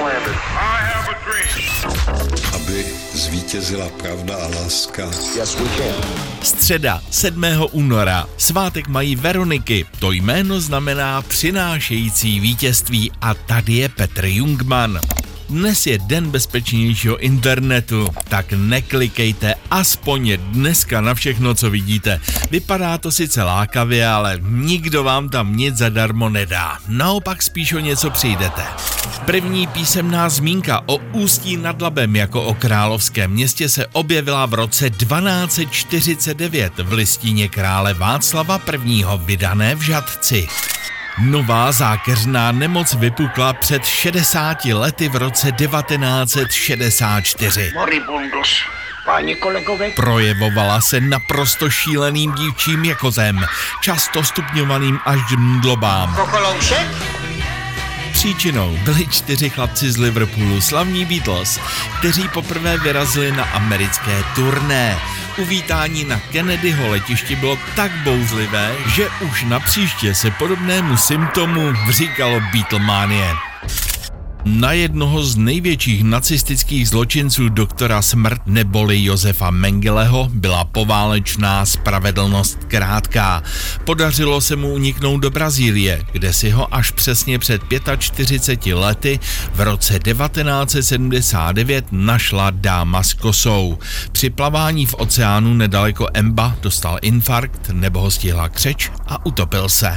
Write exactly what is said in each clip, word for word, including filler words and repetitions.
Aby zvítězila pravda a láska. Yes, we can. Středa, sedmého února. Svátek mají Veroniky. To jméno znamená přinášející vítězství a tady je Petr Jungmann. Dnes je den bezpečnějšího internetu, tak neklikejte aspoň dneska na všechno, co vidíte. Vypadá to sice lákavě, ale nikdo vám tam nic zadarmo nedá. Naopak spíš o něco přijdete. První písemná zmínka o Ústí nad Labem jako o královském městě se objevila v roce dvanáct set čtyřicet devět v listině krále Václava I. vydané v Žatci. Nová zákeřná nemoc vypukla před šedesáti lety v roce devatenáct set šedesát čtyři. Moribundos, páni kolegové. Projevovala se naprosto šíleným dívčím jakozem, často stupňovaným až k mdlobám. Kokoloušek? Příčinou byli čtyři chlapci z Liverpoolu, slavní Beatles, kteří poprvé vyrazili na americké turné. Uvítání na Kennedyho letišti bylo tak bouřlivé, že už na příště se podobnému symptomu říkalo Beatlemanie. Na jednoho z největších nacistických zločinců doktora Smrt neboli Josefa Mengeleho byla poválečná spravedlnost krátká. Podařilo se mu uniknout do Brazílie, kde si ho až přesně před čtyřiceti pěti lety v roce devatenáct set sedmdesát devět našla dáma s kosou. Při plavání v oceánu nedaleko Emba dostal infarkt nebo ho stihla křeč a utopil se.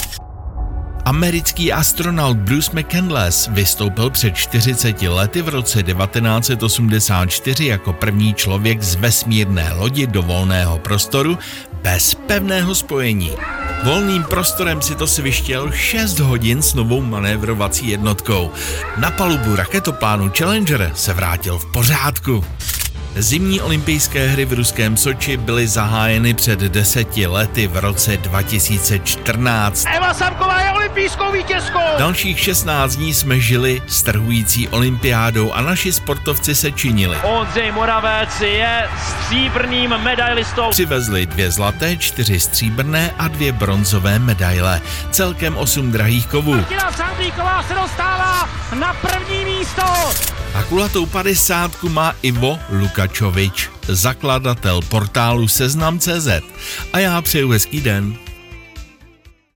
Americký astronaut Bruce McCandless vystoupil před čtyřiceti lety v roce devatenáct set osmdesát čtyři jako první člověk z vesmírné lodi do volného prostoru bez pevného spojení. Volným prostorem si to svištěl šest hodin s novou manévrovací jednotkou. Na palubu raketoplánu Challenger se vrátil v pořádku. Zimní olympijské hry v ruském Soči byly zahájeny před deseti lety v roce dva tisíce čtrnáct. Eva Samková je olympijskou vítězkou! Dalších šestnáct dní jsme žili strhující olympiádou a naši sportovci se činili. Ondřej Moravec je stříbrným medailistou. Přivezli dvě zlaté, čtyři stříbrné a dvě bronzové medaile. Celkem osm drahých kovů. Martina Sandlíková se dostává na první místo. A kulatou padesátku má Ivo Lukačovič, zakladatel portálu Seznam tečka cé zet. A já přeju hezký den.